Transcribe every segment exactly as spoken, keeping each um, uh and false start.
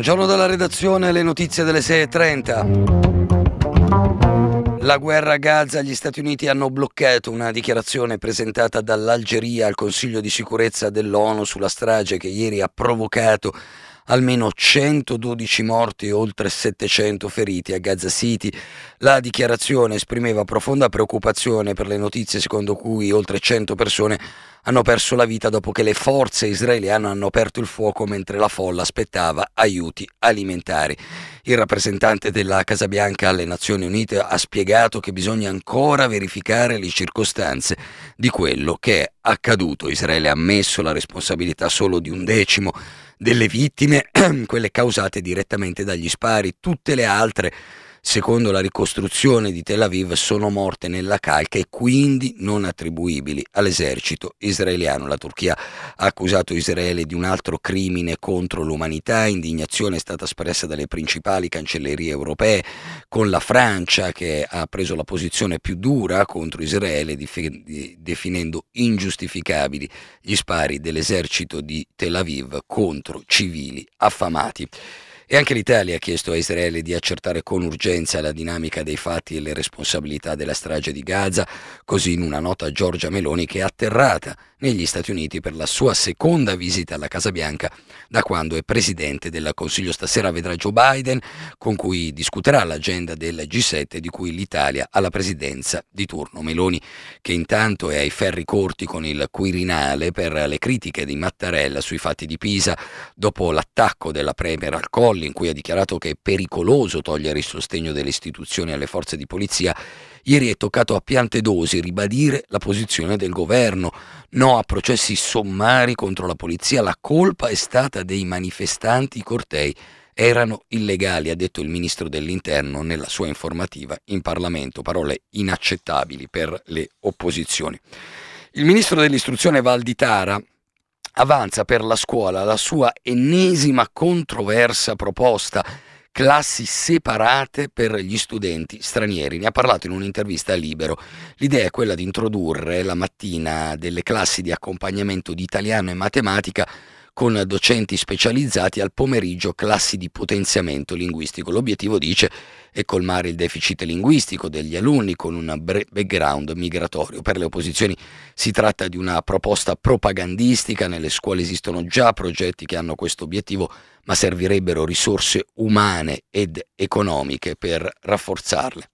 Buongiorno dalla redazione, le notizie delle sei e trenta. La guerra a Gaza, gli Stati Uniti hanno bloccato una dichiarazione presentata dall'Algeria al Consiglio di sicurezza dell'ONU sulla strage che ieri ha provocato almeno centododici morti e oltre settecento feriti a Gaza City. La dichiarazione esprimeva profonda preoccupazione per le notizie secondo cui oltre cento persone hanno perso la vita dopo che le forze israeliane hanno aperto il fuoco mentre la folla aspettava aiuti alimentari. Il rappresentante della Casa Bianca alle Nazioni Unite ha spiegato che bisogna ancora verificare le circostanze di quello che è accaduto. Israele ha ammesso la responsabilità solo di un decimo delle vittime, quelle causate direttamente dagli spari. Tutte le altre, secondo la ricostruzione di Tel Aviv, sono morte nella calca e quindi non attribuibili all'esercito israeliano. La Turchia ha accusato Israele di un altro crimine contro l'umanità. Indignazione è stata espressa dalle principali cancellerie europee, con la Francia che ha preso la posizione più dura contro Israele, dif- definendo ingiustificabili gli spari dell'esercito di Tel Aviv contro civili affamati. E anche l'Italia ha chiesto a Israele di accertare con urgenza la dinamica dei fatti e le responsabilità della strage di Gaza, così in una nota Giorgia Meloni, che è atterrata negli Stati Uniti per la sua seconda visita alla Casa Bianca da quando è presidente del Consiglio. Stasera vedrà Joe Biden, con cui discuterà l'agenda del G sette, di cui l'Italia ha la presidenza di turno. Meloni, che intanto è ai ferri corti con il Quirinale per le critiche di Mattarella sui fatti di Pisa, dopo l'attacco della premier al Colle, in cui ha dichiarato che è pericoloso togliere il sostegno delle istituzioni alle forze di polizia. Ieri è toccato a piante dosi ribadire la posizione del governo: no a processi sommari contro la polizia, la colpa è stata dei manifestanti, i cortei erano illegali, ha detto il ministro dell'Interno nella sua informativa in Parlamento. Parole inaccettabili per le opposizioni. Il ministro dell'istruzione Valditara avanza per la scuola la sua ennesima controversa proposta: classi separate per gli studenti stranieri. Ne ha parlato in un'intervista a Libero. L'idea è quella di introdurre la mattina delle classi di accompagnamento di italiano e matematica con docenti specializzati, al pomeriggio classi di potenziamento linguistico. L'obiettivo, dice, è colmare il deficit linguistico degli alunni con un background migratorio. Per le opposizioni si tratta di una proposta propagandistica. Nelle scuole esistono già progetti che hanno questo obiettivo, ma servirebbero risorse umane ed economiche per rafforzarle.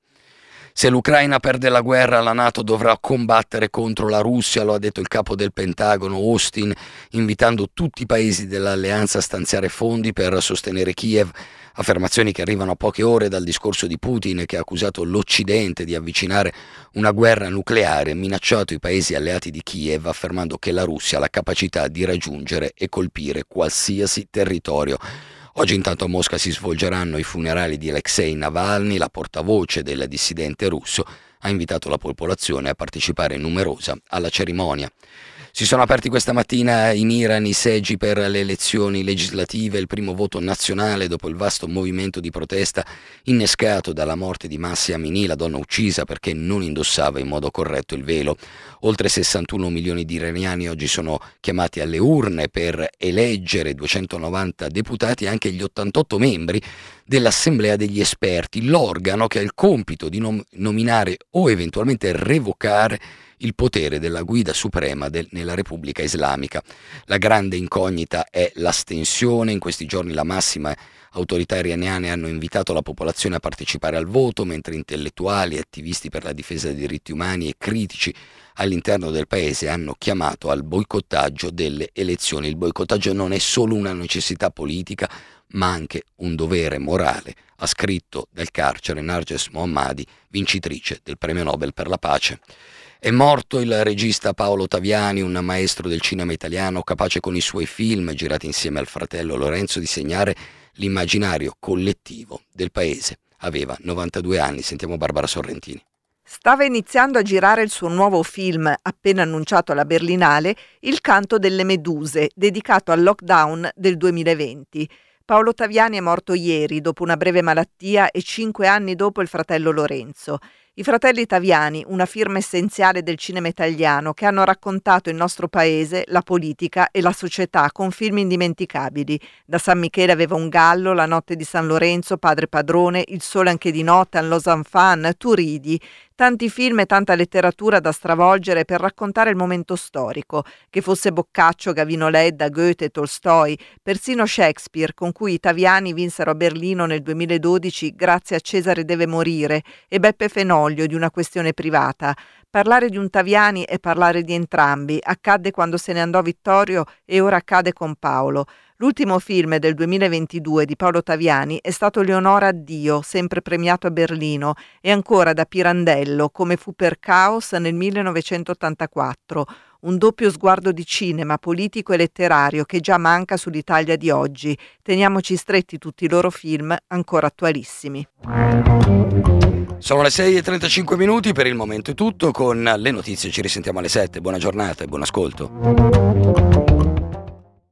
Se l'Ucraina perde la guerra, la NATO dovrà combattere contro la Russia, lo ha detto il capo del Pentagono Austin, invitando tutti i paesi dell'alleanza a stanziare fondi per sostenere Kiev. Affermazioni che arrivano a poche ore dal discorso di Putin, che ha accusato l'Occidente di avvicinare una guerra nucleare e minacciato i paesi alleati di Kiev, affermando che la Russia ha la capacità di raggiungere e colpire qualsiasi territorio. Oggi intanto a Mosca si svolgeranno i funerali di Alexei Navalny. La portavoce del dissidente russo ha invitato la popolazione a partecipare numerosa alla cerimonia. Si sono aperti questa mattina in Iran i seggi per le elezioni legislative, il primo voto nazionale dopo il vasto movimento di protesta innescato dalla morte di Mahsa Amini, la donna uccisa perché non indossava in modo corretto il velo. Oltre sessantuno milioni di iraniani oggi sono chiamati alle urne per eleggere duecentonovanta deputati e anche gli ottantotto membri dell'Assemblea degli Esperti, l'organo che ha il compito di nom- nominare o eventualmente revocare il potere della guida suprema del, nella Repubblica Islamica. La grande incognita è l'astensione. In questi giorni la massima autorità iraniane hanno invitato la popolazione a partecipare al voto, mentre intellettuali, attivisti per la difesa dei diritti umani e critici all'interno del paese hanno chiamato al boicottaggio delle elezioni. Il boicottaggio non è solo una necessità politica, ma anche un dovere morale, ha scritto dal carcere Narges Mohammadi, vincitrice del Premio Nobel per la pace. È morto il regista Paolo Taviani, un maestro del cinema italiano capace con i suoi film, girati insieme al fratello Lorenzo, di segnare l'immaginario collettivo del paese. Aveva novantadue anni. Sentiamo Barbara Sorrentini. Stava iniziando a girare il suo nuovo film, appena annunciato alla Berlinale, Il canto delle meduse, dedicato al lockdown del duemilaventi. Paolo Taviani è morto ieri dopo una breve malattia e cinque anni dopo il fratello Lorenzo. I fratelli Taviani, una firma essenziale del cinema italiano che hanno raccontato il nostro paese, la politica e la società con film indimenticabili. Da San Michele aveva un gallo, La notte di San Lorenzo, Padre padrone, Il sole anche di notte, Un los enfants, Tu ridi. Tanti film e tanta letteratura da stravolgere per raccontare il momento storico, che fosse Boccaccio, Gavino Ledda, Goethe, Tolstoi, persino Shakespeare, con cui i Taviani vinsero a Berlino nel duemiladodici grazie a Cesare deve morire, e Beppe Fenoglio di Una questione privata. Parlare di un Taviani è parlare di entrambi. Accadde quando se ne andò Vittorio e ora accade con Paolo. L'ultimo film del duemilaventidue di Paolo Taviani è stato Leonora Addio, sempre premiato a Berlino, e ancora da Pirandello, come fu per Caos nel millenovecentottantaquattro. Un doppio sguardo di cinema, politico e letterario che già manca sull'Italia di oggi. Teniamoci stretti tutti i loro film, ancora attualissimi. Sono le sei e trentacinque minuti, per il momento è tutto, con le notizie ci risentiamo alle sette. Buona giornata e buon ascolto.